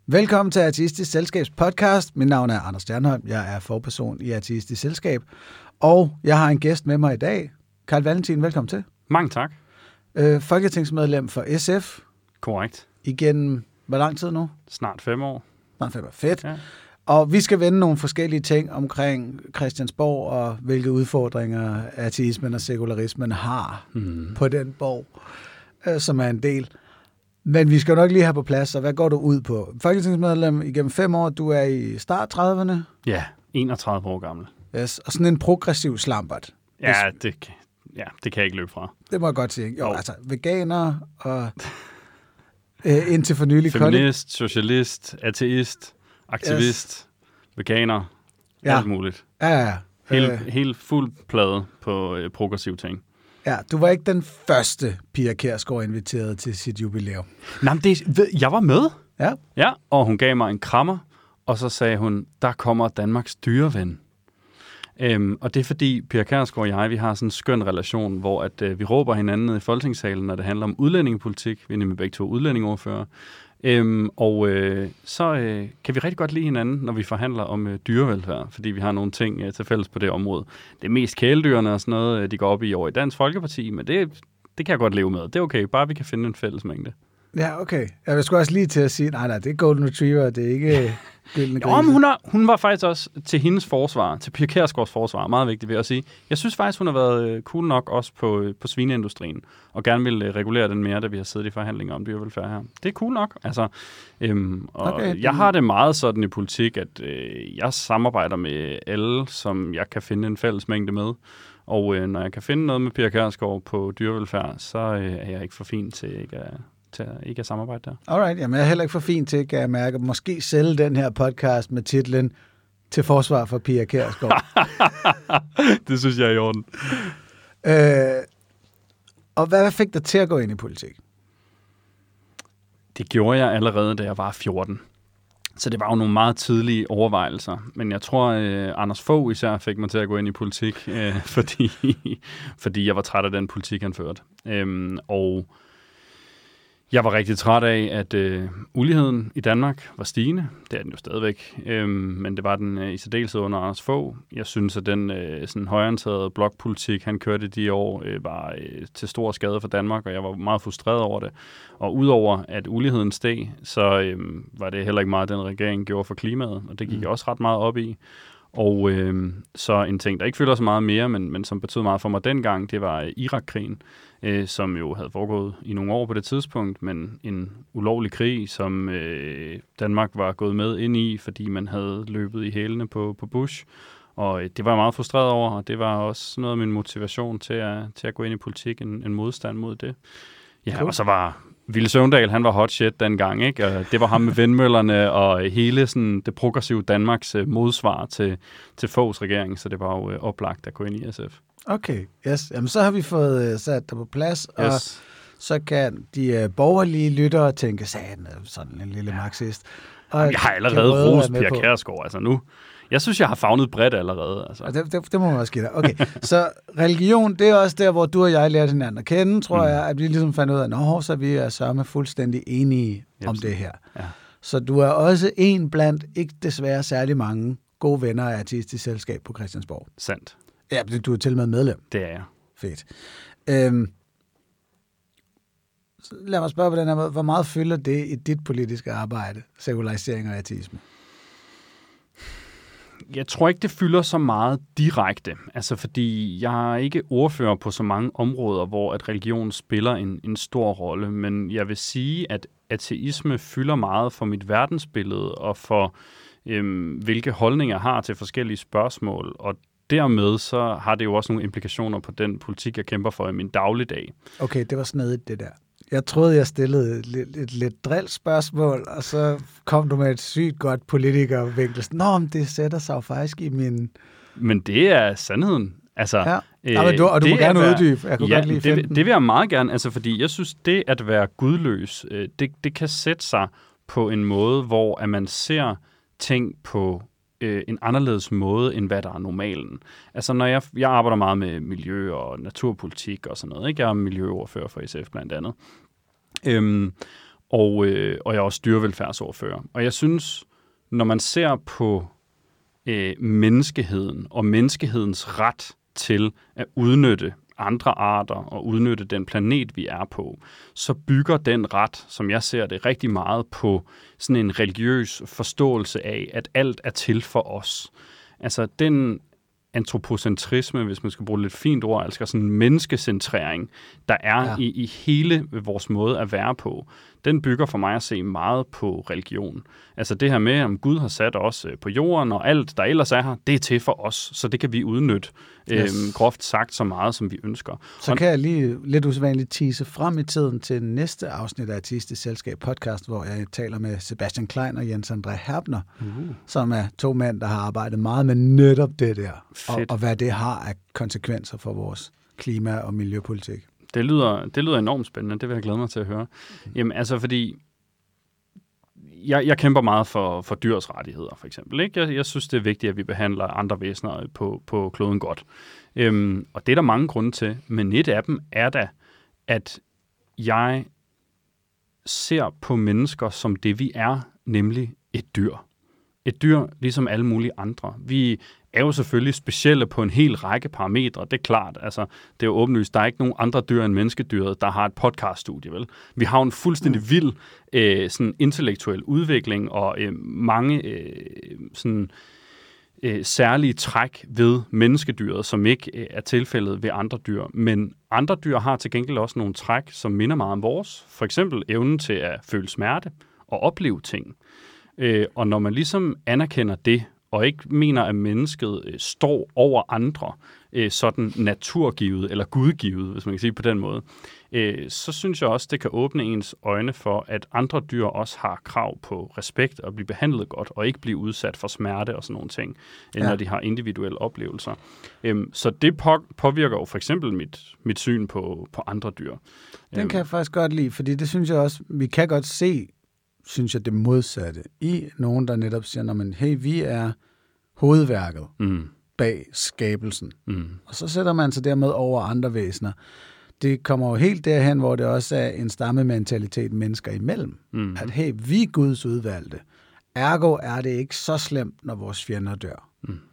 Velkommen til Ateistisk Selskabs podcast. Mit navn er Anders Stjernholm. Jeg er forperson i Ateistisk Selskab. Og jeg har en gæst med mig i dag. Carl Valentin, velkommen til. Mange tak. Folketingsmedlem for SF. Korrekt. Igennem, hvor lang tid nu? Snart 5 år. Snart 5 år. Fedt. Ja. Og vi skal vende nogle forskellige ting omkring Christiansborg og hvilke udfordringer ateismen og sekularismen har på den borg, som er en del. Men vi skal jo nok lige have på plads, så hvad går du ud på? Folketingsmedlem igennem 5 år, du er i start 30'erne? Ja, 31 år gammel. Yes, og sådan en progressiv slampert. Ja, det kan jeg ikke løbe fra. Det må jeg godt sige. Jo, altså veganer og indtil for nylig... Feminist, socialist, ateist, aktivist, veganer, alt muligt. Ja. Helt fuld plade på progressiv ting. Ja, du var ikke den første Pia Kjærsgaard inviteret til sit jubilæum. Nej, men jeg var med. Ja. Ja, og hun gav mig en krammer, og så sagde hun, der kommer Danmarks dyreven. Og det er fordi Pia Kjærsgaard og jeg, vi har sådan en skøn relation, hvor at, vi råber hinanden ned i Folketingssalen, når det handler om udlændingepolitik. Vi er nemlig begge to udlændingeordfører. Så kan vi rigtig godt lide hinanden, når vi forhandler om dyrevelfærd, fordi vi har nogle ting til fælles på det område. Det er mest kæledyrene og sådan noget, de går op i over i Dansk Folkeparti, men det kan jeg godt leve med. Det er okay, bare vi kan finde en fælles mængde. Ja, okay. Jeg vil sgu også lige til at sige, nej, det er Golden Retriever, det er ikke gyldne grise. Jo, men hun var faktisk også til hendes forsvar, til Pia Kjærsgaards forsvar, meget vigtigt ved at sige. Jeg synes faktisk, hun har været cool nok også på svineindustrien, og gerne vil regulere den mere, da vi har siddet i forhandlinger om dyrevelfærd her. Det er cool nok. Altså, okay, jeg har det meget sådan i politik, at jeg samarbejder med alle, som jeg kan finde en fælles mængde med. Og når jeg kan finde noget med Pia Kjærsgaard på dyrevelfærd, så er jeg ikke for fin til ikke at samarbejde der. Alright, jamen jeg er heller ikke for fin til, kan jeg mærke, måske sælge den her podcast med titlen Til forsvar for Pia Kjærsgaard. Det synes jeg er i orden. Og hvad fik dig til at gå ind i politik? Det gjorde jeg allerede, da jeg var 14. Så det var jo nogle meget tidlige overvejelser. Men jeg tror, Anders Fogh især fik mig til at gå ind i politik, fordi jeg var træt af den politik, han førte. Og jeg var rigtig træt af, at uligheden i Danmark var stigende. Det er den jo stadigvæk, men det var den i særdeleshed under Anders Fogh. Jeg synes, at den sådan højreorienterede blokpolitik, han kørte de år, var til stor skade for Danmark, og jeg var meget frustreret over det. Og udover at uligheden steg, så var det heller ikke meget, den regering gjorde for klimaet, og det gik jeg også ret meget op i. Og så en ting, der ikke fylder så meget mere, men som betød meget for mig dengang, det var Irak-krigen, som jo havde foregået i nogle år på det tidspunkt, men en ulovlig krig, som Danmark var gået med ind i, fordi man havde løbet i hælene på Bush. Og det var jeg meget frustreret over, og det var også noget af min motivation til at gå ind i politik, en modstand mod det. Ja, og så var Villy Søvndal, han var hot shit dengang, ikke? Og det var ham med vindmøllerne og hele sådan det progressive Danmarks modsvar til Foghs regering, så det var jo oplagt at gå ind i SF. Okay, yes. Jamen, så har vi fået sat dig på plads, og så kan de borgerlige lyttere tænke, sådan en lille marxist. Og jeg har allerede rost Pia Kjærsgaard, altså nu. Jeg synes, jeg har favnet bredt allerede. Altså. Det må man også give dig. Okay, så religion, det er også der, hvor du og jeg lærte hinanden at kende, tror jeg, at vi ligesom fandt ud af, så vi er sørme fuldstændig enige om det her. Ja. Så du er også en blandt, ikke desværre særlig mange, gode venner af Ateistisk Selskab på Christiansborg. Sandt. Ja, du er til og med medlem. Det er jeg. Fedt. Lad mig spørge på den her måde. Hvor meget fylder det i dit politiske arbejde, sekularisering og ateisme? Jeg tror ikke, det fylder så meget direkte, altså fordi jeg er ikke ordfører på så mange områder, hvor at religion spiller en stor rolle, men jeg vil sige, at ateisme fylder meget for mit verdensbillede og for hvilke holdninger jeg har til forskellige spørgsmål, og dermed så har det jo også nogle implikationer på den politik, jeg kæmper for i min dagligdag. Okay, det var snedigt det der. Jeg troede, jeg stillede et lidt drillspørgsmål, og så kom du med et sygt godt politikervinkel. Nå, men det sætter sig jo faktisk i min... Men det er sandheden. Altså, ja. Men du må gerne uddybe. Jeg kunne godt lide det vil jeg meget gerne, altså, fordi jeg synes, det at være gudløs, det kan sætte sig på en måde, hvor at man ser ting på en anderledes måde, end hvad der er normalen. Altså, når jeg arbejder meget med miljø og naturpolitik og sådan noget, ikke? Jeg er miljøordfører for SF blandt andet. og jeg er også dyrevelfærdsordfører. Og jeg synes, når man ser på menneskeheden og menneskehedens ret til at udnytte andre arter og udnytte den planet, vi er på, så bygger den ret, som jeg ser det, rigtig meget på sådan en religiøs forståelse af, at alt er til for os. Altså den antropocentrisme, hvis man skal bruge lidt fint ord, altså sådan en menneskecentrering, der er i hele vores måde at være på, den bygger for mig at se meget på religion. Altså det her med, om Gud har sat os på jorden, og alt, der ellers er her, det er til for os, så det kan vi udnytte, groft sagt, så meget, som vi ønsker. Så kan jeg lige lidt usædvanligt tease frem i tiden til næste afsnit af Ateistisk Selskab podcast, hvor jeg taler med Sebastian Klein og Jens André Herbner, som er 2 mænd, der har arbejdet meget med netop det der, og hvad det har af konsekvenser for vores klima- og miljøpolitik. Det lyder enormt spændende, det vil jeg glæde mig til at høre. Jamen altså, fordi jeg kæmper meget for dyrs rettigheder, for eksempel. Ikke? Jeg synes, det er vigtigt, at vi behandler andre væsener på kloden godt. Og det er der mange grunde til, men et af dem er da, at jeg ser på mennesker som det, vi er, nemlig et dyr. Et dyr, ligesom alle mulige andre. Vi er jo selvfølgelig specielle på en hel række parametre, det er klart. Altså, det er jo åbenlyst, der er ikke nogen andre dyr end menneskedyret, der har et podcaststudie, vel? Vi har jo en fuldstændig vild sådan intellektuel udvikling og mange sådan særlige træk ved menneskedyret, som ikke er tilfældet ved andre dyr. Men andre dyr har til gengæld også nogle træk, som minder meget om vores. For eksempel evnen til at føle smerte og opleve ting. Og når man ligesom anerkender det, og ikke mener, at mennesket står over andre, sådan naturgivet eller gudgivet, hvis man kan sige på den måde, så synes jeg også, det kan åbne ens øjne for, at andre dyr også har krav på respekt og blive behandlet godt, og ikke blive udsat for smerte og sådan nogle ting, når de har individuelle oplevelser. Så det påvirker jo for eksempel mit syn på andre dyr. Den kan jeg faktisk godt lide, fordi det synes jeg også, vi kan godt se, synes jeg, det modsatte i nogen, der netop siger, hey, vi er hovedværket bag skabelsen. Og så sætter man sig dermed over andre væsener. Det kommer jo helt derhen, hvor det også er en stammementalitet mennesker imellem. At hey, vi er Guds udvalgte. Ergo er det ikke så slemt, når vores fjender dør.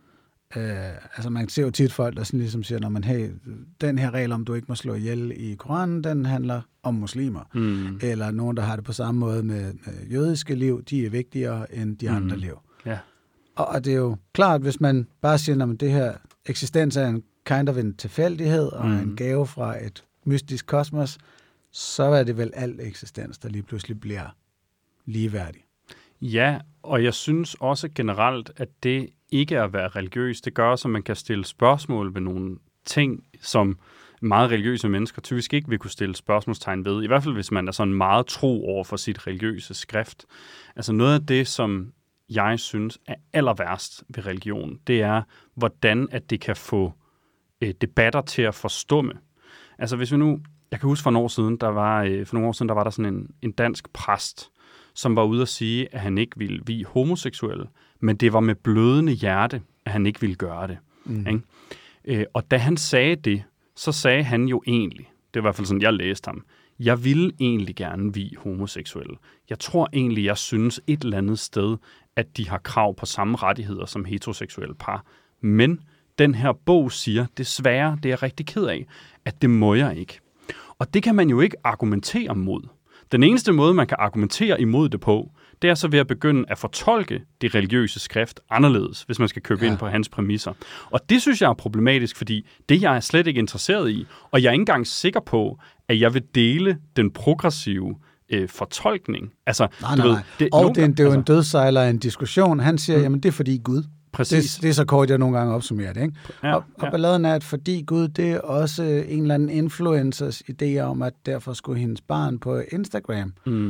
Altså man ser jo tit folk, der sådan ligesom siger, hey, den her regel om, du ikke må slå ihjel i Koranen, den handler om muslimer. Eller nogen, der har det på samme måde med jødiske liv, de er vigtigere end de andre liv. Ja. Og det er jo klart, hvis man bare siger, at det her eksistens er en kind of en tilfældighed og en gave fra et mystisk kosmos, så er det vel al eksistens, der lige pludselig bliver ligeværdig. Ja, og jeg synes også generelt, at det ikke at være religiøs, det gør, så man kan stille spørgsmål ved nogle ting, som meget religiøse mennesker typisk ikke vil kunne stille spørgsmålstegn ved. I hvert fald, hvis man er sådan meget tro over for sit religiøse skrift. Altså noget af det, som jeg synes er aller værst ved religion, det er, hvordan at det kan få debatter til at forstumme. Altså hvis vi nu, jeg kan huske for nogle år siden, der var der sådan en dansk præst, som var ude at sige, at han ikke ville vie homoseksuelle, men det var med blødende hjerte, at han ikke ville gøre det. Ikke? Og da han sagde det, så sagde han jo egentlig, det var i hvert fald sådan, jeg læste ham, jeg ville egentlig gerne vie homoseksuelle. Jeg tror egentlig, jeg synes et eller andet sted, at de har krav på samme rettigheder som heteroseksuelle par. Men den her bog siger, desværre, det er jeg rigtig ked af, at det må jeg ikke. Og det kan man jo ikke argumentere mod. Den eneste måde, man kan argumentere imod det på, det er så ved at begynde at fortolke det religiøse skrift anderledes, hvis man skal købe ind på hans præmisser. Og det synes jeg er problematisk, fordi det jeg er slet ikke interesseret i, og jeg er ikke engang sikker på, at jeg vil dele den progressive fortolkning. Altså, nej. Det er jo en dødsejler af en diskussion. Han siger, jamen det er fordi Gud. Præcis. Det er så kort, jeg nogle gange opsummerer det. Ikke? Og balladen er, at fordi Gud, det er også en eller anden influencers idé om, at derfor skulle hendes barn på Instagram.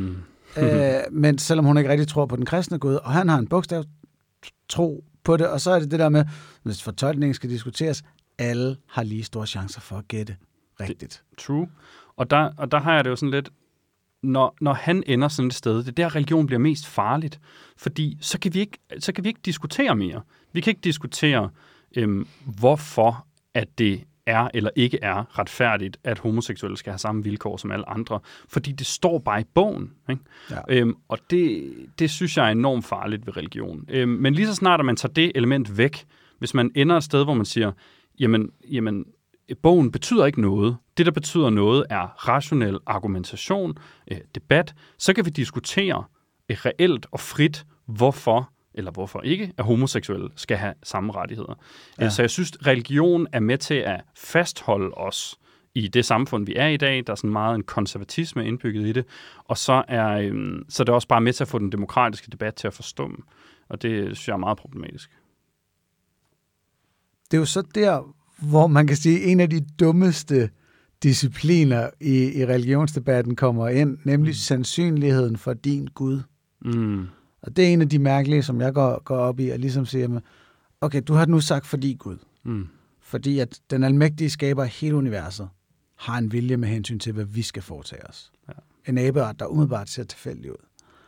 Men selvom hun ikke rigtig tror på den kristne Gud, og han har en bogstav tro på det, og så er det der med, hvis fortolkningen skal diskuteres, alle har lige store chancer for at gætte rigtigt. True. Og der har jeg det jo sådan lidt, når han ender sådan et sted, det er der religion bliver mest farligt, fordi så kan vi ikke diskutere mere. Vi kan ikke diskutere, hvorfor at det er eller ikke er retfærdigt, at homoseksuelle skal have samme vilkår som alle andre, fordi det står bare i bogen. Ikke? Ja. Og det synes jeg er enormt farligt ved religion. Men lige så snart, at man tager det element væk, hvis man ender et sted, hvor man siger, jamen bogen betyder ikke noget. Det, der betyder noget, er rationel argumentation, debat. Så kan vi diskutere reelt og frit, hvorfor eller hvorfor ikke, at homoseksuelle skal have samme rettigheder. Ja. Så jeg synes, religion er med til at fastholde os i det samfund, vi er i dag. Der er sådan meget en konservatisme indbygget i det. Og så er det også bare med til at få den demokratiske debat til at forstumme. Og det synes jeg er meget problematisk. Det er jo så der, hvor man kan sige, en af de dummeste discipliner i religionsdebatten kommer ind, nemlig sandsynligheden for din Gud. Mm. Og det er en af de mærkelige, som jeg går op i, og ligesom siger, okay, du har nu sagt fordi Gud. Mm. Fordi at den almægtige skaber af hele universet har en vilje med hensyn til, hvad vi skal foretage os. Ja. En abeart, der umiddelbart ser tilfældig ud.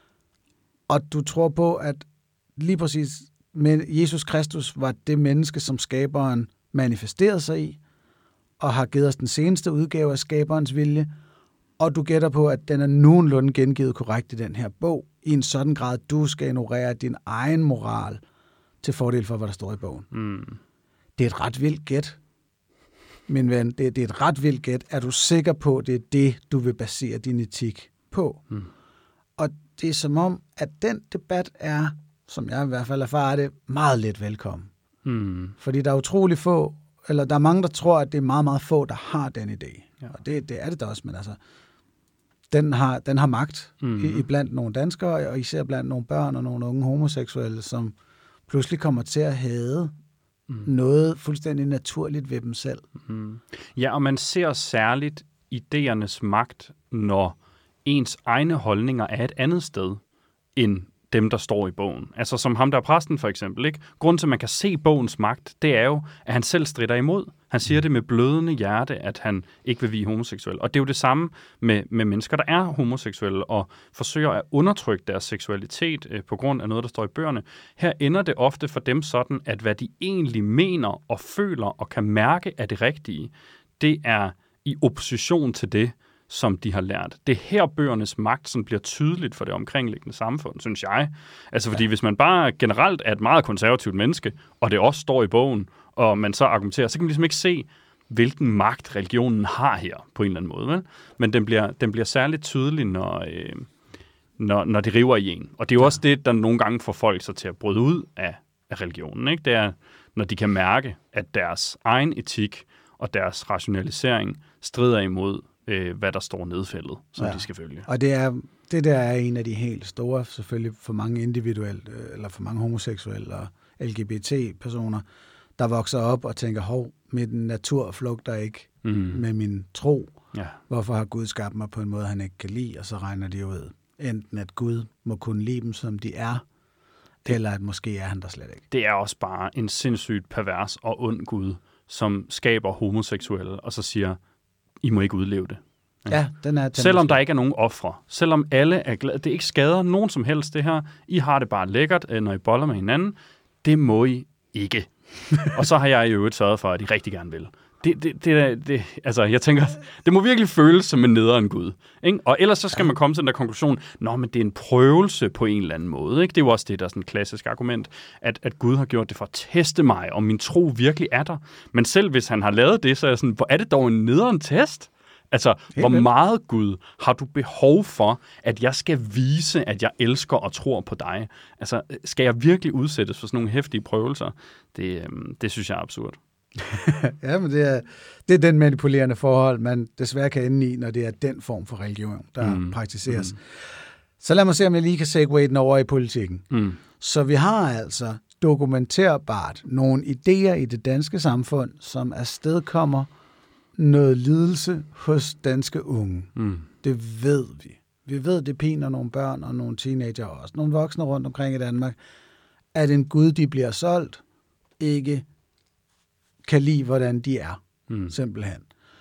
Og du tror på, at lige præcis med Jesus Kristus var det menneske, som skaberen manifesterede sig i, og har givet os den seneste udgave af skaberens vilje, og du gætter på, at den er nogenlunde gengivet korrekt i den her bog, i en sådan grad, at du skal ignorere din egen moral til fordel for, hvad der står i bogen. Mm. Det er et ret vildt gæt, min ven. Det er et ret vildt gæt. Er du sikker på, at det er det, du vil basere din etik på? Mm. Og det er som om, at den debat er, som jeg i hvert fald erfarer det, meget lidt velkommen. Mm. Fordi der er utrolig få, eller der er mange, der tror, at det er meget, meget få, der har den idé. Ja. Og det er det da også, men altså, den har magt i blandt nogle danskere, og især blandt nogle børn og nogle unge homoseksuelle, som pludselig kommer til at hade noget fuldstændig naturligt ved dem selv. Mm. Ja, og man ser særligt idéernes magt, når ens egne holdninger er et andet sted end dem, der står i bogen. Altså som ham der er præsten for eksempel. Ikke? Grunden til, at man kan se bogens magt, det er jo, at han selv stritter imod. Han siger det med blødende hjerte, at han ikke vil vie homoseksuel. Og det er jo det samme med mennesker, der er homoseksuelle og forsøger at undertrykke deres seksualitet på grund af noget, der står i bøgerne. Her ender det ofte for dem sådan, at hvad de egentlig mener og føler og kan mærke er det rigtige, det er i opposition til det, som de har lært. Det er her bøgernes magt sådan bliver tydeligt for det omkringliggende samfund, synes jeg. Altså fordi hvis man bare generelt er et meget konservativt menneske, og det også står i bogen, og man så argumenterer, så kan man ligesom ikke se, hvilken magt religionen har her, på en eller anden måde. Vel? Men den bliver særligt tydelig, når det river i en. Og det er jo også det, der nogle gange får folk så til at bryde ud af religionen. Ikke? Det er, når de kan mærke, at deres egen etik og deres rationalisering strider imod hvad der står nedfældet, som de skal følge. Og det der er en af de helt store, selvfølgelig for mange individuelle, eller for mange homoseksuelle og LGBT-personer, der vokser op og tænker, hov, mit natur flugter ikke med min tro. Ja. Hvorfor har Gud skabt mig på en måde, han ikke kan lide? Og så regner de ud, enten at Gud må kunne lide dem, som de er, eller at måske er han der slet ikke. Det er også bare en sindssygt pervers og ond Gud, som skaber homoseksuelle, og så siger, I må ikke udleve det. Ja, den er selvom der ikke er nogen ofre, selvom alle er glade, det ikke skader nogen som helst det her, I har det bare lækkert, når I boller med hinanden, det må I ikke. Og så har jeg i øvrigt sørget for, at I rigtig gerne vil. Altså, jeg tænker, det må virkelig føles som en nederen Gud. Ikke? Og ellers så skal man komme til den der konklusion, men det er en prøvelse på en eller anden måde. Ikke? Det er jo også det, der er sådan et klassisk argument, at Gud har gjort det for at teste mig, om min tro virkelig er der. Men selv hvis han har lavet det, så er jeg sådan, hvor er det dog en nederen test? Altså, hvor meget Gud har du behov for, at jeg skal vise, at jeg elsker og tror på dig? Altså, skal jeg virkelig udsættes for sådan nogle heftige prøvelser? Det synes jeg er absurd. Ja, men det er den manipulerende forhold, man desværre kan ende i, når det er den form for religion, der praktiseres. Så lad mig se, om jeg lige kan segue den over i politikken. Så vi har altså dokumenterbart nogle idéer i det danske samfund, som afstedkommer noget lidelse hos danske unge. Det ved vi. Vi ved, det piner nogle børn og nogle teenager og også nogle voksne rundt omkring i Danmark, at en Gud, de bliver solgt, ikke kan lide, hvordan de er. Simpelthen.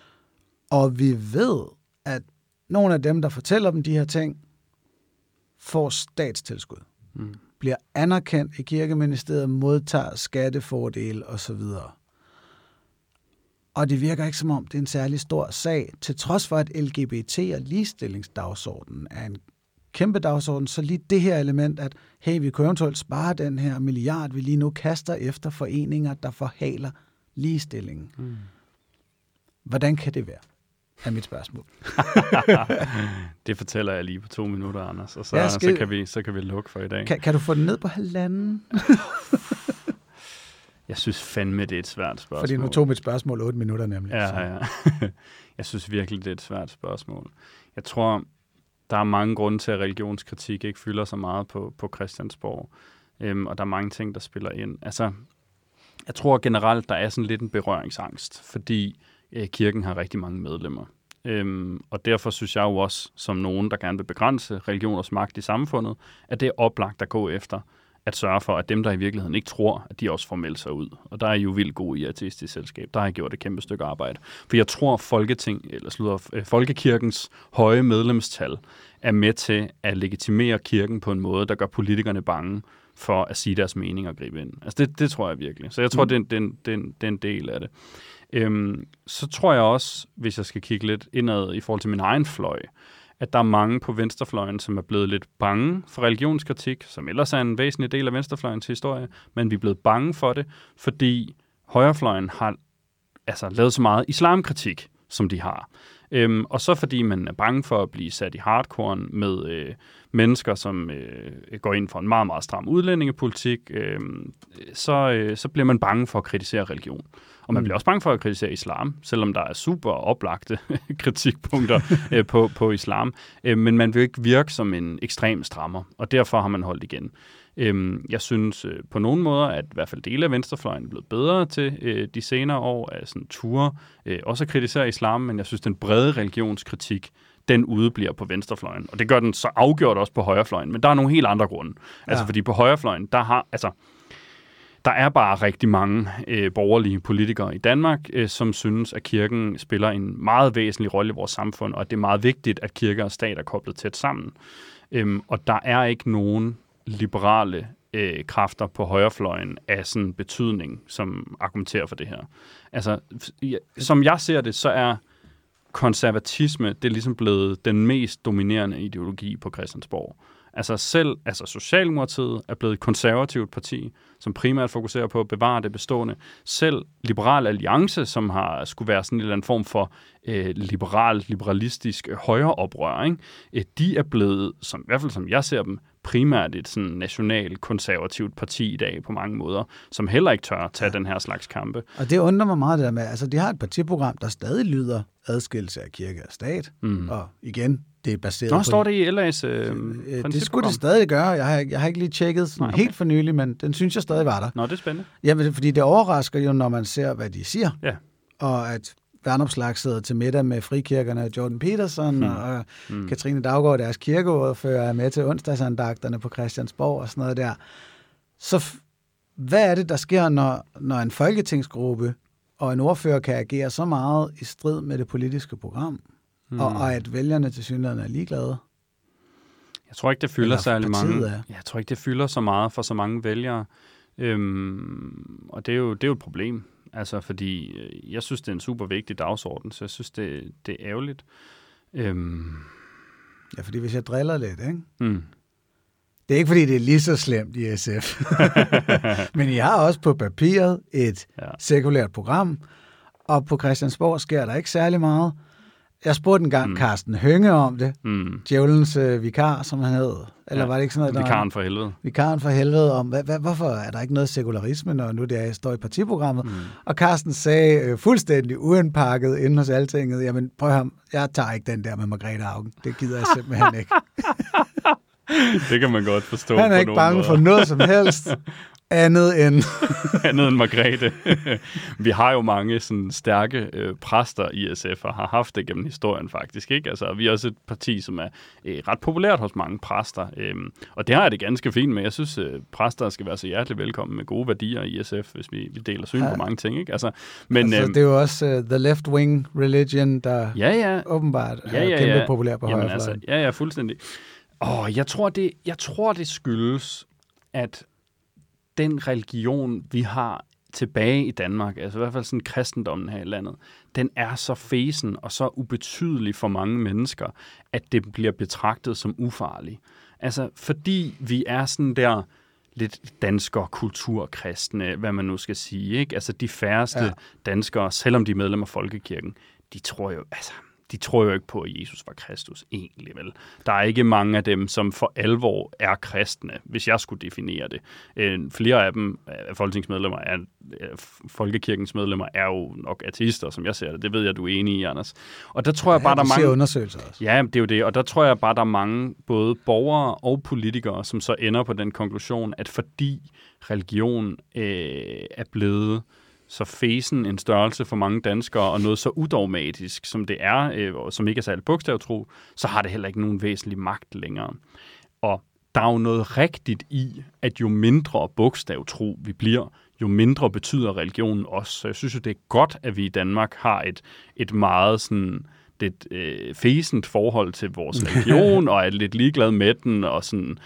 Og vi ved, at nogle af dem, der fortæller dem de her ting, får statstilskud. Bliver anerkendt i kirkeministeriet, modtager skattefordele osv. Og det virker ikke som om, det er en særlig stor sag, til trods for, at LGBT- og ligestillingsdagsordenen er en kæmpe dagsorden, så lige det her element, at hey, vi kunne eventuelt spare den her milliard, vi lige nu kaster efter foreninger, der forhaler ligestillingen. Hvordan kan det være? Er mit spørgsmål. Det fortæller jeg lige på 2 minutter, Anders, og så kan vi lukke for i dag. Kan du få den ned på 1,5? Jeg synes fandme, det er et svært spørgsmål. Fordi nu tog mit spørgsmål 8 minutter nemlig. Ja. Jeg synes virkelig, det er et svært spørgsmål. Jeg tror, der er mange grunde til, at religionskritik ikke fylder så meget på Christiansborg. Og der er mange ting, der spiller ind. Altså, jeg tror generelt, der er sådan lidt en berøringsangst, fordi kirken har rigtig mange medlemmer. Og derfor synes jeg jo også, som nogen, der gerne vil begrænse religioners magt i samfundet, at det er oplagt at gå efter at sørge for, at dem, der i virkeligheden ikke tror, at de også får meldt sig ud. Og der er I jo vildt gode i Ateistisk Selskab. Der har I gjort et kæmpe stykke arbejde. For jeg tror, folkekirkens høje medlemstal er med til at legitimere kirken på en måde, der gør politikerne bange for at sige deres mening og gribe ind. Altså det tror jeg virkelig. Så jeg tror, det er en del af det. Så tror jeg også, hvis jeg skal kigge lidt indad i forhold til min egen fløj, at der er mange på venstrefløjen, som er blevet lidt bange for religionskritik, som ellers er en væsentlig del af venstrefløjens historie, men vi er blevet bange for det, fordi højrefløjen har lavet så meget islamkritik, som de har. Og så fordi man er bange for at blive sat i hardcore med mennesker, som går ind for en meget, meget stram udlændingepolitik, så bliver man bange for at kritisere religion. Og man bliver også bange for at kritisere islam, selvom der er super oplagte kritikpunkter på islam. Men man vil ikke virke som en ekstrem strammer, og derfor har man holdt igen. Jeg synes på nogle måder, at i hvert fald dele af venstrefløjen er blevet bedre til de senere år af sådan ture, også at kritisere islam, men jeg synes, den brede religionskritik, den udebliver på venstrefløjen. Og det gør den så afgjort også på højrefløjen, men der er nogle helt andre grunde. Ja. Altså fordi på højrefløjen, der er bare rigtig mange borgerlige politikere i Danmark, som synes, at kirken spiller en meget væsentlig rolle i vores samfund, og at det er meget vigtigt, at kirke og stat er koblet tæt sammen. Og der er ikke nogen liberale kræfter på højrefløjen af sådan betydning, som argumenterer for det her. Altså, som jeg ser det, så er konservatisme, det er ligesom blevet den mest dominerende ideologi på Christiansborg. Altså Socialdemokratiet er blevet et konservativt parti, som primært fokuserer på at bevare det bestående. Selv Liberal Alliance, som skulle være sådan en eller anden form for liberalistisk højreoprør, ikke? De er blevet, i hvert fald som jeg ser dem, primært et sådan national konservativt parti i dag på mange måder, som heller ikke tør tage den her slags kampe. Og det undrer mig meget det der med, altså de har et partiprogram, der stadig lyder adskillelse af kirke og stat, og igen, det er baseret på... står det i LA's det skulle det stadig gøre. Jeg har ikke lige tjekket helt for nylig, men den synes jeg stadig var der. Nå, det er spændende. Ja, fordi det overrasker jo, når man ser, hvad de siger. Ja. Og at Værnopslag sidder til middag med frikirkerne, Jordan Peterson og Katrine Daugaard, deres kirkeordfører, er med til onsdagsandagterne på Christiansborg og sådan noget der. Så hvad er det, der sker, når en folketingsgruppe og en ordfører kan agere så meget i strid med det politiske program, og at vælgerne til synligheden er ligeglade? Jeg tror ikke, det fylder særlig mange. Jeg tror ikke, det fylder så meget for så mange vælgere. Og det er jo et problem. Altså, fordi jeg synes, det er en super vigtig dagsorden, så jeg synes, det er ærgerligt. Ja, fordi hvis jeg driller lidt, ikke? Det er ikke, fordi det er lige så slemt i SF. Men I har også på papiret et sekulært program, og på Christiansborg sker der ikke særlig meget. Jeg spurgte engang Carsten Hønge om det. Djævelens vikar, som han hed. Eller var det ikke sådan noget? Vikaren for helvede. Vikaren for helvede om, hvorfor er der ikke noget sekularisme, når nu det står i partiprogrammet? Og Carsten sagde fuldstændig uindpakket inden hos Altinget, jamen prøv at høre, jeg tager ikke den der med Margrethe Auken. Det gider jeg simpelthen ikke. Det kan man godt forstå. Han er ikke bange for noget som helst. Andet end Margrethe. Vi har jo mange sådan stærke præster i SF, og har haft det gennem historien faktisk, ikke? Altså, vi er også et parti, som er ret populært hos mange præster, og det har jeg det ganske fint med. Jeg synes, præster skal være så hjertelig velkommen med gode værdier i SF, hvis vi deler syn på mange ting, ikke? Altså, men, det er jo også the left-wing religion, der åbenbart er kæmpe populær på højrefløjen. Ja, fuldstændig. Jeg tror, det skyldes, at den religion, vi har tilbage i Danmark, altså i hvert fald sådan kristendommen her i landet, den er så fesen og så ubetydelig for mange mennesker, at det bliver betragtet som ufarlig. Altså, fordi vi er sådan der lidt dansker kulturkristne, hvad man nu skal sige, ikke? Altså, de færreste danskere, selvom de er medlemmer af Folkekirken, de tror jo ikke på, at Jesus var Kristus, egentlig vel. Der er ikke mange af dem, som for alvor er kristne, hvis jeg skulle definere det. Flere af dem, Folkekirkens medlemmer, er jo nok ateister, som jeg ser det. Det ved jeg, du er enig i, Anders. Og der tror jeg bare, der er mange undersøgelser også. Ja, det er jo det. Og der tror jeg bare, der er mange både borgere og politikere, som så ender på den konklusion, at fordi religion er blevet så fesen en størrelse for mange danskere, og noget så udogmatisk, som det er, som ikke er særligt bogstavtro, så har det heller ikke nogen væsentlig magt længere. Og der er jo noget rigtigt i, at jo mindre bogstavtro vi bliver, jo mindre betyder religionen også. Så jeg synes jo, det er godt, at vi i Danmark har et meget sådan lidt fæsent forhold til vores religion, og er lidt ligeglad med den, og sådan.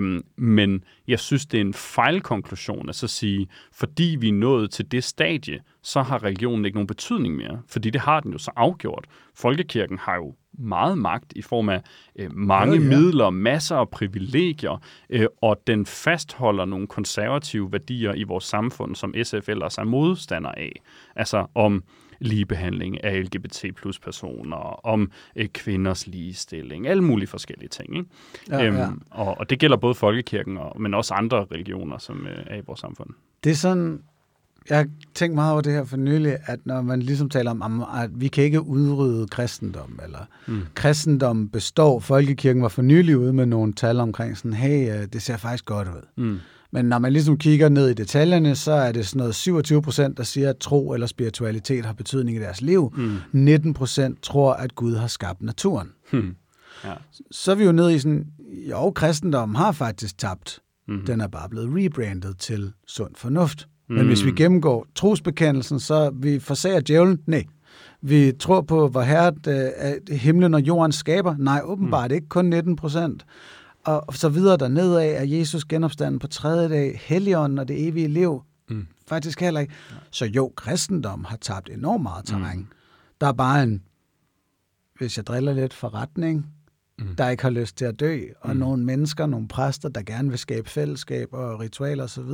Men jeg synes, det er en fejlkonklusion at så sige, fordi vi er nået til det stadie, så har religionen ikke nogen betydning mere. Fordi det har den jo så afgjort. Folkekirken har jo meget magt i form af mange midler, masser af privilegier, og den fastholder nogle konservative værdier i vores samfund, som SF ellers er modstander af. Altså om ligebehandling af LGBT plus personer, om kvinders ligestilling, alle mulige forskellige ting. Ikke? Og det gælder både folkekirken, men også andre religioner, som er i vores samfund. Det er sådan, jeg har tænkt meget over det her for nylig, at når man ligesom taler om, at vi kan ikke udrydde kristendom, eller kristendom består, folkekirken var for nylig ude med nogle tal omkring sådan, hey, det ser faktisk godt ud. Men når man ligesom kigger ned i detaljerne, så er det sådan noget 27%, der siger, at tro eller spiritualitet har betydning i deres liv. 19% tror, at Gud har skabt naturen. Ja. Så er vi jo nede i sådan, jo, kristendommen har faktisk tabt. Den er bare blevet rebrandet til sund fornuft. Men hvis vi gennemgår trosbekendelsen, så vi forsager djævlen? Nej. Vi tror på, hvor herret himlen og jorden skaber? Nej, åbenbart ikke. Kun 19%. Og så videre dernedad er Jesus genopstanden på 3. dag, Helligånden og det evige liv. Faktisk heller ikke. Så jo, kristendom har tabt enormt meget terræn. Der er bare en, hvis jeg driller lidt, forretning, der ikke har lyst til at dø, og nogle mennesker, nogle præster, der gerne vil skabe fællesskab og ritualer osv.,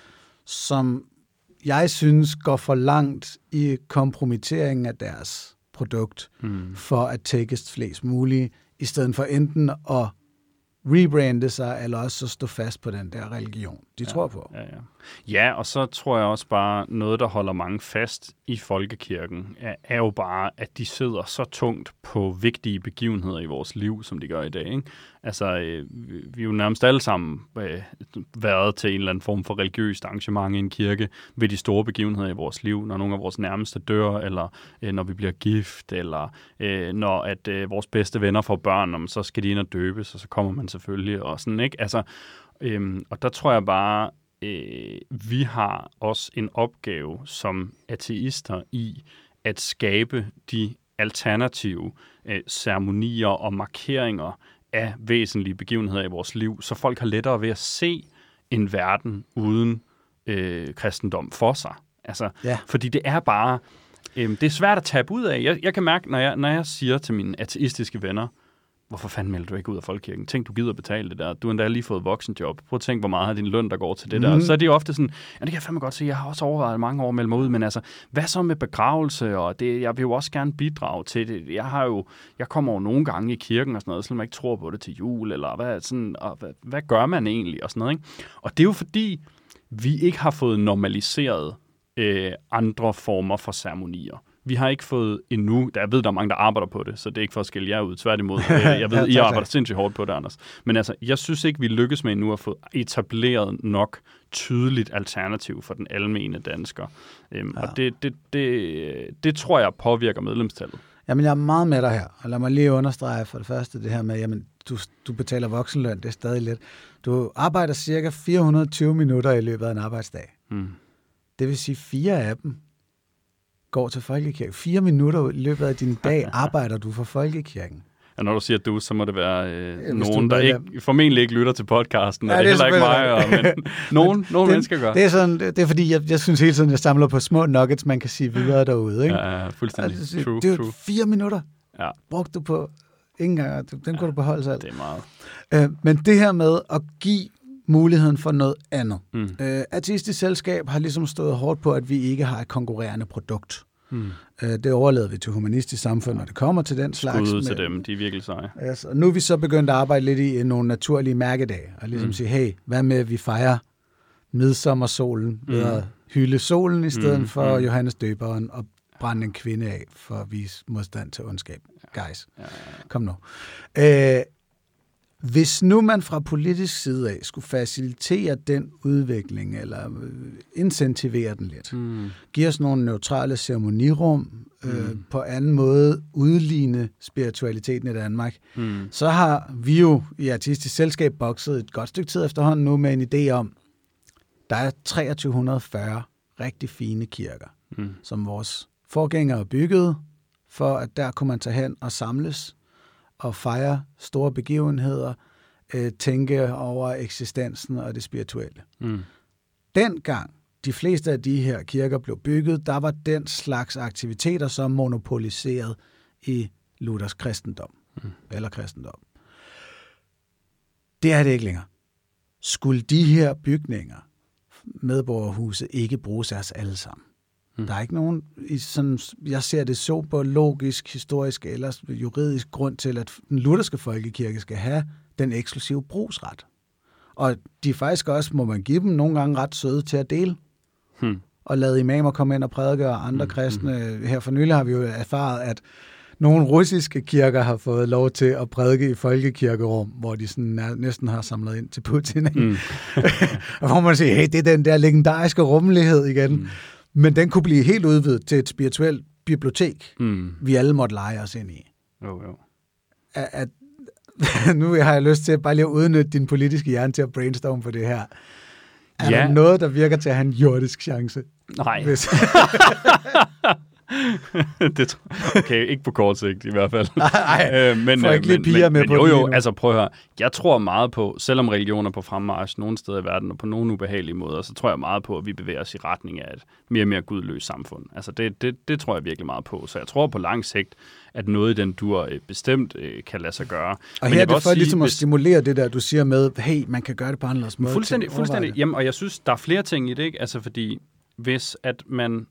som jeg synes går for langt i kompromitteringen af deres produkt, for at tækkes flest mulige, i stedet for enten at rebrande sig, eller også stå fast på den der religion, de tror på. Ja, og så tror jeg også bare, noget, der holder mange fast i folkekirken, er jo bare, at de sidder så tungt på vigtige begivenheder i vores liv, som de gør i dag. Ikke? Altså, vi er jo nærmest alle sammen været til en eller anden form for religiøst arrangement i en kirke ved de store begivenheder i vores liv, når nogle af vores nærmeste dør, eller når vi bliver gift, eller når at vores bedste venner får børn, så skal de ind og døbes, og så kommer man selvfølgelig, og sådan, ikke? Altså, og der tror jeg bare, vi har også en opgave som ateister i at skabe de alternative ceremonier og markeringer af væsentlige begivenheder i vores liv, så folk har lettere ved at se en verden uden kristendom for sig. Altså, fordi det er bare, det er svært at tabe ud af. Jeg kan mærke, når jeg siger til mine ateistiske venner, hvorfor fanden melder du ikke ud af folkekirken? Tænk, du gider betale det der. Du har endda lige fået voksenjob. Prøv at tænke, hvor meget af din løn, der går til det der. Så er det jo ofte sådan, ja, det kan jeg fandme godt se. Jeg har også overvejet mange år at melde mig ud, men altså, hvad så med begravelse? Og det, jeg vil jo også gerne bidrage til det. Jeg kommer jo nogle gange i kirken og sådan noget, selvom jeg ikke tror på det til jul, eller hvad gør man egentlig? Og sådan noget, ikke? Og det er jo fordi, vi ikke har fået normaliseret andre former for ceremonier. Vi har ikke fået endnu, jeg ved, der er mange, der arbejder på det, så det er ikke for at skille jer ud, tværtimod. Jeg ved, I arbejder sindssygt hårdt på det, Anders. Men altså, jeg synes ikke, vi lykkes med endnu at få etableret nok tydeligt alternativ for den almene dansker. Og det tror jeg påvirker medlemstallet. Jamen, jeg er meget med dig her, og lad mig lige understrege for det første det her med, jamen, du betaler voksenløn, det er stadig lidt. Du arbejder cirka 420 minutter i løbet af en arbejdsdag. Det vil sige, 4 af dem går til folkekirken. 4 minutter i løbet af din dag arbejder du for folkekirken. Ja, når du siger du, så må det være nogen, der formentlig ikke lytter til podcasten, og det er heller ikke mig, men nogen mennesker gør. Det er fordi, jeg synes hele tiden, jeg samler på små nuggets, man kan sige videre derude. Ikke? Ja, fuldstændig. Altså, True. Det er jo 4 minutter. Ja. Brugte du på ingen gang, den kunne du beholde selv. Det er meget. Men det her med at give muligheden for noget andet. Ateistisk Selskab har ligesom stået hårdt på, at vi ikke har et konkurrerende produkt. Det overlader vi til Humanistisk Samfund, når det kommer til den slags. Skud til dem, de er virkelig seje. Altså, nu er vi så begyndt at arbejde lidt i nogle naturlige mærkedage, og ligesom sige, hey, hvad med, at vi fejrer midsommersolen ved at hylde solen, i stedet for Johannes Døberen og brænde en kvinde af for at vise modstand til ondskab. Guys, kom nu. Hvis nu man fra politisk side af skulle facilitere den udvikling, eller incentivere den lidt, give os nogle neutrale ceremonirum, på anden måde udligne spiritualiteten i Danmark, så har vi jo i Ateistisk Selskab bokset et godt stykke tid efterhånden nu med en idé om, der er 2340 rigtig fine kirker, som vores forgængere byggede, for at der kunne man tage hen og samles og fejre store begivenheder, tænke over eksistensen og det spirituelle. Dengang de fleste af de her kirker blev bygget, der var den slags aktiviteter så monopoliseret i Luthers kristendom, eller kristendom. Det er det ikke længere. Skulle de her bygninger, medborgerhuse, ikke bruges af os alle sammen? Der er ikke nogen, sådan, jeg ser det så på logisk, historisk eller juridisk grund til, at den lutherske folkekirke skal have den eksklusive brugsret. Og de er faktisk også, må man give dem nogle gange ret søde til at dele. Og lade imamer komme ind og prædike, og andre kristne. Her for nylig har vi jo erfaret, at nogle russiske kirker har fået lov til at prædike i folkekirkerum, hvor de sådan næsten har samlet ind til Putin. Og hvor man siger, hey, det er den der legendariske rummelighed igen. Men den kunne blive helt udvidet til et spirituelt bibliotek, vi alle måtte lege os ind i. Jo. Nu har jeg lyst til bare lige at udnytte din politiske hjerne til at brainstorme på det her. Er der noget, der virker til at have en jordisk chance? Nej. Okay, ikke på kort sigt i hvert fald. Nej, men jo, altså prøv at høre. Jeg tror meget på, selvom religion er på fremmarch nogle steder i verden, og på nogle ubehagelige måder, så tror jeg meget på, at vi bevæger os i retning af et mere og mere gudløst samfund. Altså det tror jeg virkelig meget på. Så jeg tror på lang sigt, at noget i den dur bestemt kan lade sig gøre. Og her er det for ligesom at stimulere det der, du siger med, hey, man kan gøre det på anderledes måde. Fuldstændig. Jamen, og jeg synes, der er flere ting i det, ikke? Altså fordi, hvis at man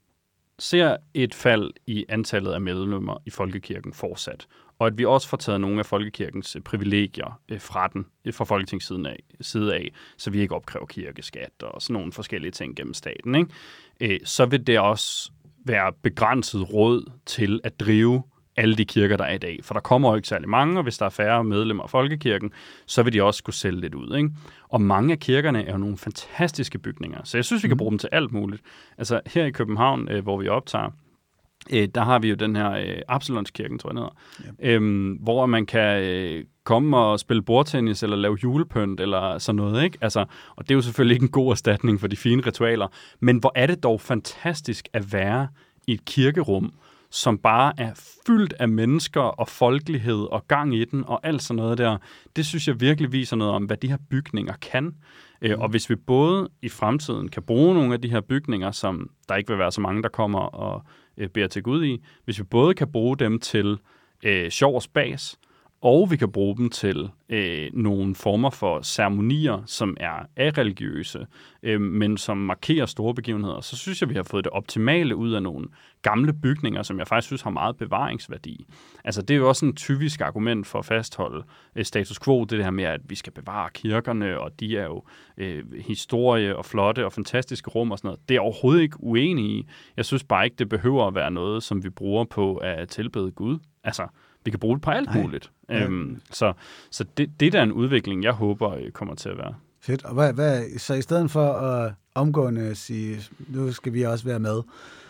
ser et fald i antallet af medlemmer i folkekirken fortsat, og at vi også får taget nogle af folkekirkens privilegier fra Folketingssiden side af, så vi ikke opkræver kirkeskat og sådan nogle forskellige ting gennem staten, ikke? Så vil det også være begrænset råd til at drive alle de kirker, der er i dag. For der kommer jo ikke særlig mange, og hvis der er færre medlemmer af folkekirken, så vil de også skulle sælge lidt ud, ikke? Og mange af kirkerne er jo nogle fantastiske bygninger, så jeg synes, vi kan bruge dem til alt muligt. Altså her i København, hvor vi optager, der har vi jo den her Absalonskirken, tror jeg hedder, hvor man kan komme og spille bordtennis, eller lave julepynt, eller sådan noget, ikke? Altså, og det er jo selvfølgelig ikke en god erstatning for de fine ritualer, men hvor er det dog fantastisk at være i et kirkerum, som bare er fyldt af mennesker og folkelighed og gang i den og alt sådan noget der. Det synes jeg virkelig viser noget om, hvad de her bygninger kan. Og hvis vi både i fremtiden kan bruge nogle af de her bygninger, som der ikke vil være så mange, der kommer og beder til Gud i, hvis vi både kan bruge dem til sjov og spas, og vi kan bruge dem til nogle former for ceremonier, som er areligiøse, men som markerer store begivenheder, så synes jeg, vi har fået det optimale ud af nogle gamle bygninger, som jeg faktisk synes har meget bevaringsværdi. Altså det er jo også en typisk argument for at fastholde status quo, det her med, at vi skal bevare kirkerne, og de er jo historie og flotte og fantastiske rum og sådan noget. Det er jeg overhovedet ikke uenig i. Jeg synes bare ikke, det behøver at være noget, som vi bruger på at tilbede Gud. Altså, vi kan bruge det på alt muligt. Så det er en udvikling, jeg håber kommer til at være. Fedt. Og så i stedet for at omgående sige, nu skal vi også være med,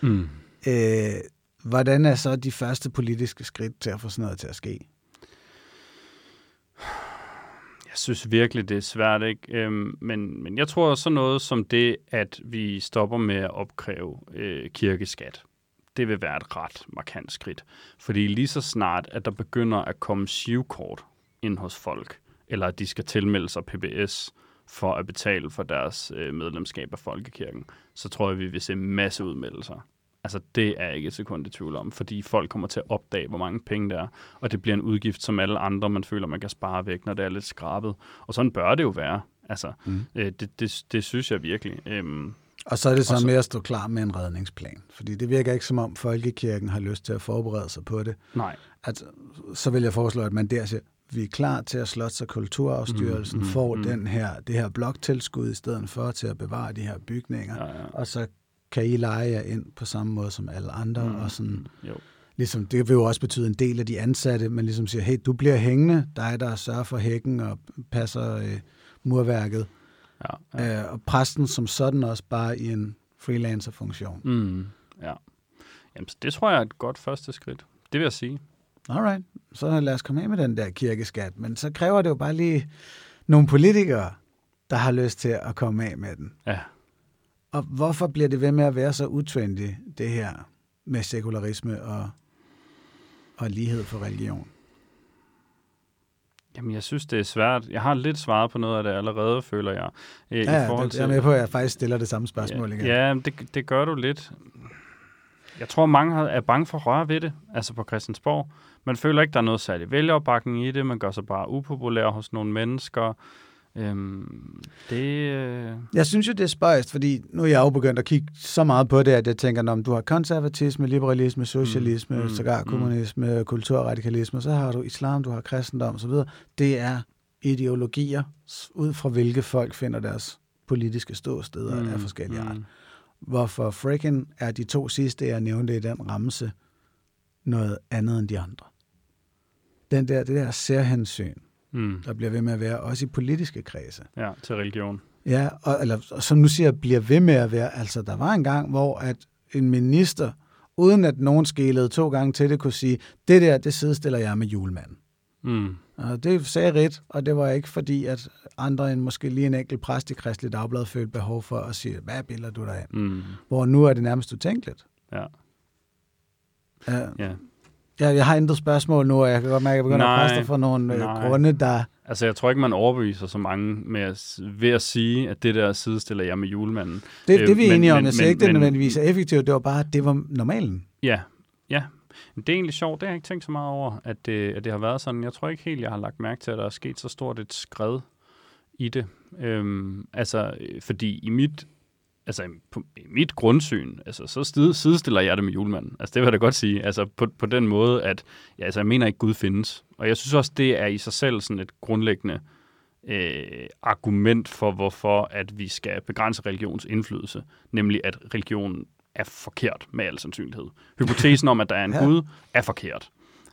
hvordan er så de første politiske skridt til at få sådan noget til at ske? Jeg synes virkelig, det er svært, ikke? Men jeg tror også noget som det, at vi stopper med at opkræve kirkeskat. det vil være et ret markant skridt. Fordi lige så snart, at der begynder at komme sivkort ind hos folk, eller at de skal tilmelde sig PBS for at betale for deres medlemskab af Folkekirken, så tror jeg, vi vil se masse udmeldelser. Altså, det er ikke et sekund i tvivl om, fordi folk kommer til at opdage, hvor mange penge der er, og det bliver en udgift, som alle andre, man føler, man kan spare væk, når det er lidt skrabet. Og sådan bør det jo være. Altså, det synes jeg virkelig. Og så er det så med at stå klar med en redningsplan, fordi det virker ikke som om Folkekirken har lyst til at forberede sig på det. Nej. Så vil jeg foreslå, at man der siger, vi er klar til at Slots- og Kulturarvsstyrelsen får det her bloktilskud i stedet for til at bevare de her bygninger, og så kan I leje jer ind på samme måde som alle andre, og sådan, ligesom, det vil jo også betyde en del af de ansatte, man ligesom siger, hey, du bliver hængende, dig der sørger for hækken og passer murværket, og præsten som sådan også bare i en freelancer-funktion. Ja. Jamen, det tror jeg er et godt første skridt. Det vil jeg sige. Alright, så lad os komme af med den der kirkeskat, men så kræver det jo bare lige nogle politikere, der har lyst til at komme af med den. Ja. Og hvorfor bliver det ved med at være så utrendy, det her med sekularisme og lighed for religion? Jamen, jeg synes, det er svært. Jeg har lidt svaret på noget af det allerede, føler jeg. Jeg er med på, at jeg faktisk stiller det samme spørgsmål igen. Ja, det gør du lidt. Jeg tror, mange er bange for at røre ved det, altså på Christiansborg. Man føler ikke, der er noget særlig vælgeropbakning i det. Man gør sig bare upopulær hos nogle mennesker. Jeg synes jo, det er spøjst, fordi nu er jeg jo begyndt at kigge så meget på det, at jeg tænker, om du har konservatisme, liberalisme, socialisme, sågar kommunisme, kulturradikalisme, så har du islam, du har kristendom osv. Det er ideologier, ud fra hvilke folk finder deres politiske ståsteder af forskellige art. Hvorfor frickin' er de to sidste, jeg nævnte i den ramse, noget andet end de andre? Det der særhensyn, der bliver ved med at være, også i politiske kredse. Ja, til religion. Ja, eller som nu siger, bliver ved med at være. Altså, der var en gang, hvor at en minister, uden at nogen skælede 2 gange til det, kunne sige, det sidestiller jeg med julemanden. Og det sagde Rit, og det var ikke fordi, at andre end måske lige en enkelt præst i Kristelig Dagblad følte behov for at sige, hvad bilder du dig af? Hvor nu er det nærmest utænkeligt. Ja. Jeg har intet spørgsmål nu, og jeg kan godt mærke, at jeg begynder at presse dig for nogle grunde, der... Altså, jeg tror ikke, man overbeviser så mange ved at sige, at det der sidestiller jeg med julemanden. Det er vi enige om. Jeg siger ikke, det nødvendigvis er effektivt. Det var bare, at det var normalen. Ja. Det er egentlig sjovt. Det har jeg ikke tænkt så meget over, at det har været sådan. Jeg tror ikke helt, jeg har lagt mærke til, at der er sket så stort et skred i det. Fordi i mit grundsyn, altså, så sidestiller jeg det med julemanden. Altså, det vil jeg da godt sige. Altså, på den måde, at jeg mener ikke, Gud findes. Og jeg synes også, det er i sig selv sådan et grundlæggende argument for, hvorfor at vi skal begrænse religions indflydelse. Nemlig, at religion er forkert med al sandsynlighed. Hypotesen om, at der er en Gud, er forkert.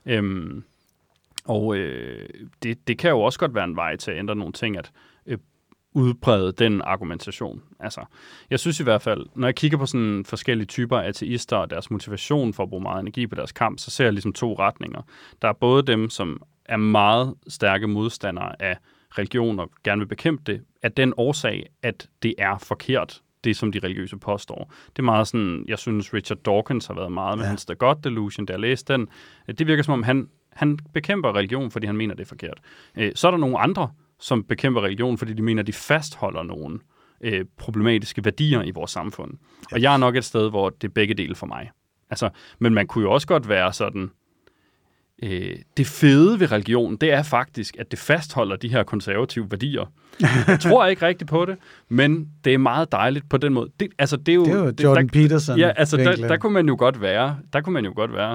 Det kan jo også godt være en vej til at ændre nogle ting, at udbrede den argumentation. Altså, jeg synes i hvert fald, når jeg kigger på sådan forskellige typer af ateister og deres motivation for at bruge meget energi på deres kamp, så ser jeg ligesom 2 retninger. Der er både dem, som er meget stærke modstandere af religion og gerne vil bekæmpe det, af den årsag, at det er forkert, det som de religiøse påstår. Det er meget sådan, jeg synes Richard Dawkins har været meget med hans The God Delusion, da jeg læste den. Det virker som om, han bekæmper religion, fordi han mener, det er forkert. Så er der nogle andre, som bekæmper religion, fordi de mener, de fastholder nogle problematiske værdier i vores samfund. Og jeg er nok et sted, hvor det er begge dele for mig. Altså, men man kunne jo også godt være sådan, det fede ved religion, det er faktisk, at det fastholder de her konservative værdier. Jeg tror ikke rigtigt på det, men det er meget dejligt på den måde. Det er jo Jordan Peterson. Ja, altså der kunne man jo godt være.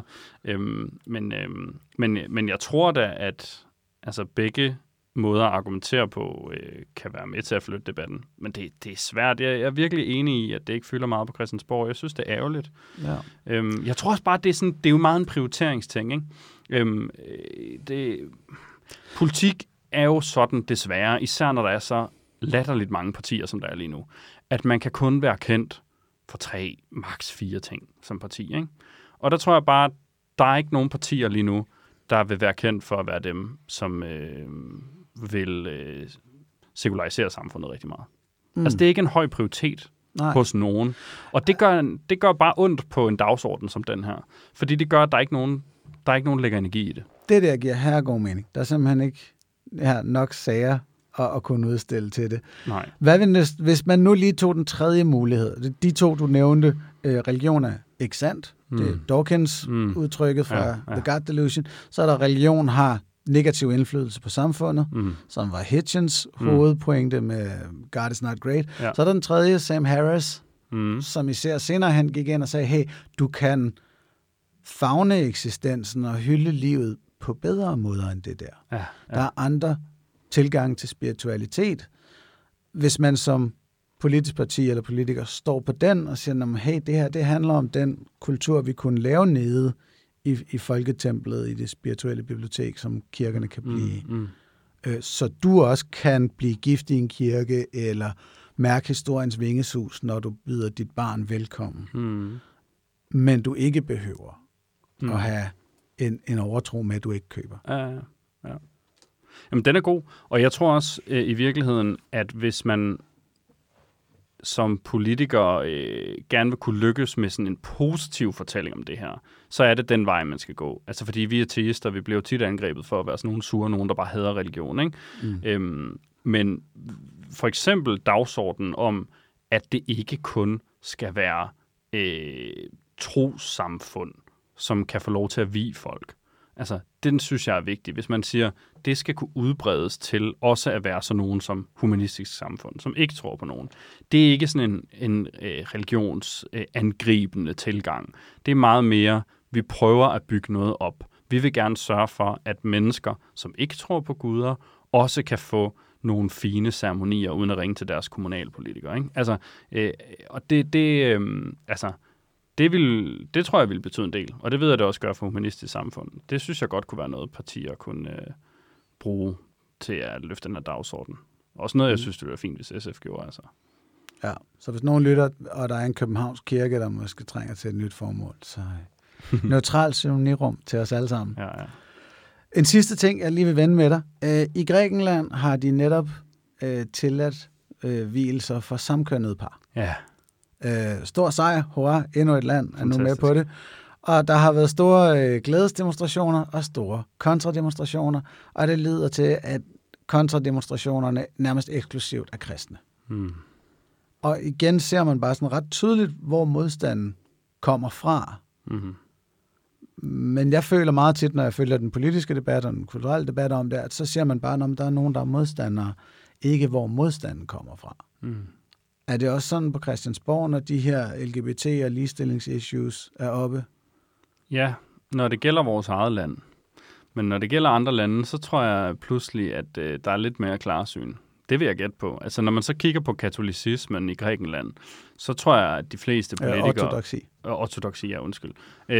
Men jeg tror da, at altså begge måder at argumentere på kan være med til at flytte debatten. Men det er svært. Jeg er virkelig enig i, at det ikke fylder meget på Christiansborg. Jeg synes, det er ærgerligt. Ja. Jeg tror også bare, det er jo meget en prioriteringsting, ikke? Politik er jo sådan desværre, især når der er så latterligt mange partier, som der er lige nu, at man kan kun være kendt for 3, maks 4 ting som parti, ikke? Og der tror jeg bare, at der er ikke nogen partier lige nu, der vil være kendt for at være dem, som vil sekularisere samfundet rigtig meget. Altså, det er ikke en høj prioritet hos nogen. Og det gør bare ondt på en dagsorden som den her. Fordi det gør, at der er ikke nogen, der lægger energi i det. Det der giver herregod mening. Der er simpelthen ikke nok sager at kunne udstille til det. Nej. Hvis man nu lige tog den tredje mulighed, de to, du nævnte, religion er ikke sandt. Det er Dawkins udtrykket fra The God Delusion. Så er der religion har negativ indflydelse på samfundet, som var Hitchens hovedpointe med God is not great. Ja. Så er der den tredje, Sam Harris, som især senere han gik ind og sagde, hey, du kan favne eksistensen og hylde livet på bedre måder end det der. Ja. Der er andre tilgang til spiritualitet. Hvis man som politisk parti eller politiker står på den og siger, hey, det her det handler om den kultur, vi kunne lave nede i folketemplet, i det spirituelle bibliotek, som kirkerne kan blive. Så du også kan blive gift i en kirke, eller mærke historiens vingesus, når du byder dit barn velkommen. Men du ikke behøver at have en overtro med, at du ikke køber. Ja. Jamen, den er god. Og jeg tror også i virkeligheden, at hvis man som politiker gerne vil kunne lykkes med sådan en positiv fortælling om det her, så er det den vej, man skal gå. Altså fordi vi er ateister, vi bliver tit angrebet for at være sådan nogle sure, nogen der bare hader religion, ikke? Men for eksempel dagsordenen om, at det ikke kun skal være trossamfund, som kan få lov til at vie folk. Altså, den synes jeg er vigtig. Hvis man siger, det skal kunne udbredes til også at være sådan nogen som humanistisk samfund, som ikke tror på nogen. Det er ikke sådan en religionsangribende tilgang. Det er meget mere, vi prøver at bygge noget op. Vi vil gerne sørge for, at mennesker, som ikke tror på guder, også kan få nogle fine ceremonier, uden at ringe til deres kommunalpolitikere. Ikke? Altså, og det tror jeg vil betyde en del, og det ved jeg, det også gør for humanistisk samfund. Det synes jeg godt kunne være noget, partier kunne bruge til at løfte den her dagsorden. Også noget, jeg synes, det ville være fint, hvis SF gjorde. Altså. Ja, så hvis nogen lytter, og der er en københavnsk kirke, der måske trænger til et nyt formål, så neutralt ceremonirum til os alle sammen. Ja. En sidste ting, jeg lige vil vende med dig. I Grækenland har de netop tilladt vielser for samkønnede par. Ja. Stor sejr, hurra, endnu et land er nu med på det. Og der har været store glædesdemonstrationer og store kontrademonstrationer, og det leder til, at kontrademonstrationerne nærmest eksklusivt er kristne. Og igen ser man bare sådan ret tydeligt, hvor modstanden kommer fra. Men jeg føler meget tit, når jeg følger den politiske debat og den kulturelle debat om det, at så ser man bare, om der er nogen, der er modstandere, ikke hvor modstanden kommer fra. Er det også sådan på Christiansborg, når de her LGBT- og ligestillingsissues er oppe? Ja, når det gælder vores eget land. Men når det gælder andre lande, så tror jeg pludselig, at der er lidt mere klarsyn. Det vil jeg gætte på. Altså, når man så kigger på katolicismen i Grækenland, så tror jeg, at de fleste politikere... Ortodoksi, ja, undskyld.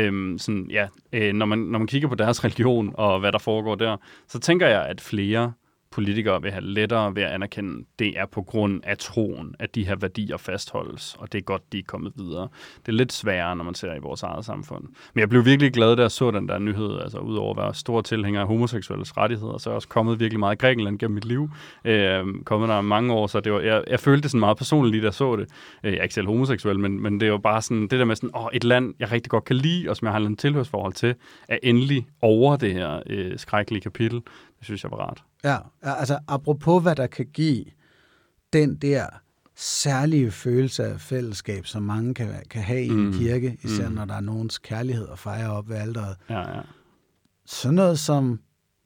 Når man kigger på deres religion og hvad der foregår der, så tænker jeg, at flere politikere vil have lettere ved at anerkende, det er på grund af troen, at de her værdier fastholdes, og det er godt, de er kommet videre. Det er lidt sværere, når man ser i vores eget samfund. Men jeg blev virkelig glad, da jeg så den der nyhed, altså udover at være stor tilhænger af homoseksuelles rettigheder, så er jeg også kommet virkelig meget i Grækenland gennem mit liv. Kommet der mange år, så det var, jeg følte det sådan meget personligt lige, da jeg så det. Jeg er ikke selv homoseksuel, men det er jo bare sådan, det der med sådan, et land, jeg rigtig godt kan lide, og som jeg har en tilhørsforhold til, er endelig over det her skrækkelige kapitel. Det synes jeg var rart. Ja, altså apropos hvad der kan give den der særlige følelse af fællesskab, som mange kan have i en kirke, især når der er nogens kærlighed at fejre op ved alteret. Ja. Sådan noget som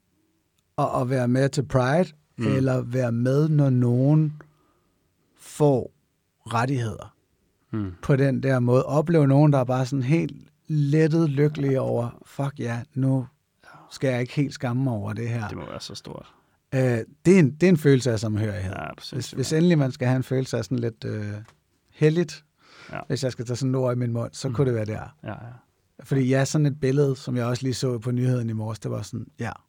at være med til Pride, eller være med, når nogen får rettigheder. På den der måde. Opleve nogen, der er bare sådan helt lettet lykkelige over, fuck ja, nu skal jeg ikke helt skamme mig over det her. Det må være så stort. Det er en følelse af samhørighed. Ja, hvis endelig man skal have en følelse af sådan lidt heldigt, hvis jeg skal tage sådan ord i min mund, så kunne det være der. Ja. Fordi sådan et billede, som jeg også lige så på nyheden i morges, det var sådan,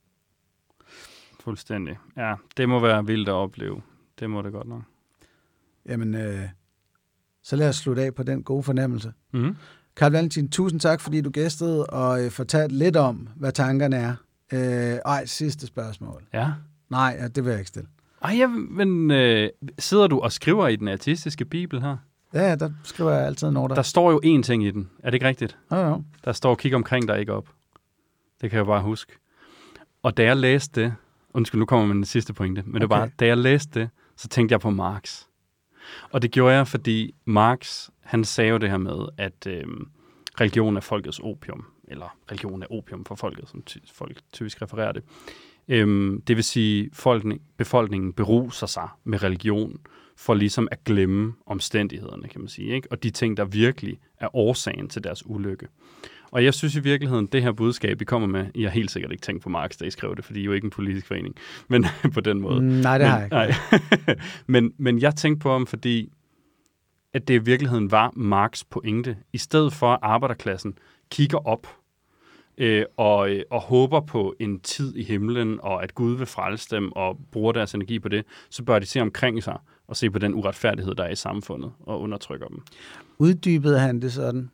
Fuldstændig. Ja, det må være vildt at opleve. Det må det godt nok. Jamen, så lad os slutte af på den gode fornemmelse. Carl Valentin, tusind tak, fordi du gæstede og fortalte lidt om, hvad tankerne er. Sidste spørgsmål. Ja? Nej, det vil jeg ikke stille. Men sidder du og skriver i den artistiske bibel her? Ja, der skriver jeg altid noter. Der står jo én ting i den. Er det ikke rigtigt? Ja. Der står, kig omkring dig, ikke op. Det kan jeg bare huske. Og da jeg læste det, undskyld, nu kommer man den sidste pointe, men det var bare, da jeg læste det, så tænkte jeg på Marx. Og det gjorde jeg, fordi Marx, han sagde jo det her med, at religion er folkets opium, eller religion er opium for folket, som folk typisk refererer det. Det vil sige, befolkningen beruser sig med religion, for ligesom at glemme omstændighederne, kan man sige, ikke? Og de ting, der virkelig er årsagen til deres ulykke. Og jeg synes i virkeligheden, det her budskab, I kommer med, I har helt sikkert ikke tænkt på Marx, da I skrev det, fordi I er jo ikke en politisk forening, men på den måde. Nej, det har jeg ikke. Men jeg tænkte på ham, fordi at det i virkeligheden var Marx' pointe. I stedet for, at arbejderklassen kigger op og håber på en tid i himlen, og at Gud vil frelse dem og bruger deres energi på det, så bør de se omkring sig og se på den uretfærdighed, der er i samfundet, og undertrykker dem. Uddybede han det sådan?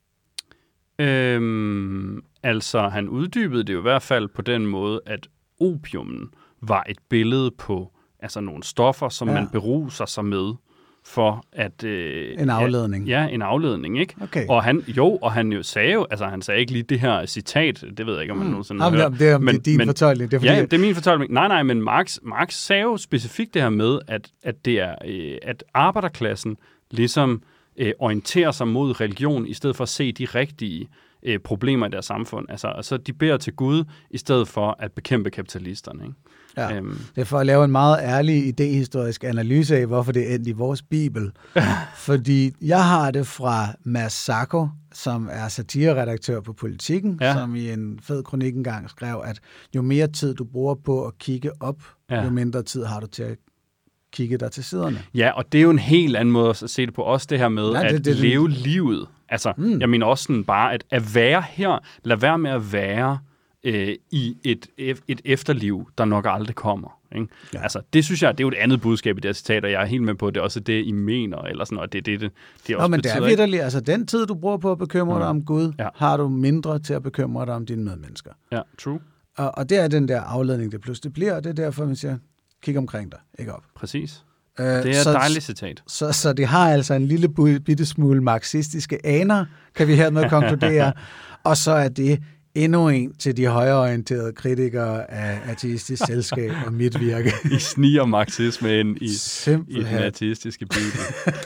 Altså, han uddybede det jo i hvert fald på den måde, at opiumen var et billede på nogle stoffer, som man beruser sig med, for at... en afledning. Ja, en afledning, ikke? Okay. Og han jo sagde jo, han sagde ikke lige det her citat, det ved jeg ikke, om man nogensinde har hørt. Det er din fortolkning. Det er det er min fortolkning. Nej, men Marx sagde jo specifikt det her med, at det er, at arbejderklassen ligesom orienterer sig mod religion, i stedet for at se de rigtige problemer i deres samfund. Altså de beder til Gud, i stedet for at bekæmpe kapitalisterne, ikke? Ja, det er for at lave en meget ærlig idehistorisk analyse af, hvorfor det er endt i vores bibel. Fordi jeg har det fra Mads Sacco, som er satireredaktør på Politikken, som i en fed kronik engang skrev, at jo mere tid du bruger på at kigge op, jo mindre tid har du til at kigge dig til siderne. Ja, og det er jo en helt anden måde at se det på. Også det her med at leve livet. Jeg mener også sådan bare, at være her, lad være med at være i et efterliv, der nok aldrig kommer. Ikke? Ja. Det synes jeg, det er jo et andet budskab i det her citat, og jeg er helt med på, at det er også det, I mener, eller sådan, og det også men betyder, det er vitterligt. Den tid, du bruger på at bekymre dig om Gud, har du mindre til at bekymre dig om dine medmennesker. Ja, true. Og det er den der afledning, det pludselig bliver, og det er derfor, man siger, kig omkring dig, ikke op. Præcis. Det er et dejligt citat. Så det har altså en lille bitte smule marxistiske aner, kan vi hermed konkludere, og så er det endnu en til de højreorienterede kritikere af ateistisk selskab og mit virke. I sniger marxisme ind i den ateistiske bibel.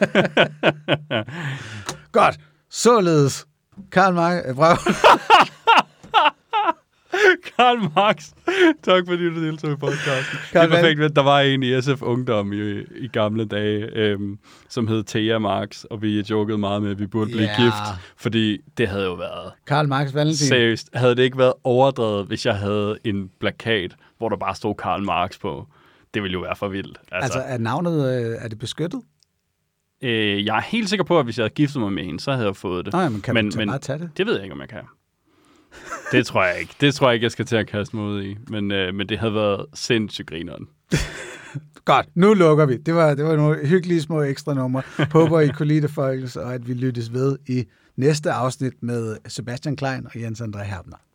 Godt. Således. Karl Marx. Karl Marx. Tak fordi du deltog i podcasten. Det er perfekt. Der var en i SF Ungdom i gamle dage, som hed Thea Marx, og vi jokede meget med, at vi burde blive gift, fordi det havde jo været... Karl Marx Valentin. Seriøst, havde det ikke været overdrevet, hvis jeg havde en plakat, hvor der bare stod Karl Marx på? Det ville jo være for vildt. Altså er navnet, er det beskyttet? Jeg er helt sikker på, at hvis jeg havde giftet mig med hende, så havde jeg fået det. Nej, men kan man bare tage det? Det ved jeg ikke, om jeg kan. Det tror jeg ikke. Det tror jeg ikke, jeg skal til at kaste mig ud i. Men det havde været sindssygt grineren. Godt, nu lukker vi. Det var nogle hyggelige små ekstra numre. Håber, I kunne lide det, folkens, og at vi lyttes ved i næste afsnit med Sebastian Klein og Jens André Herbner.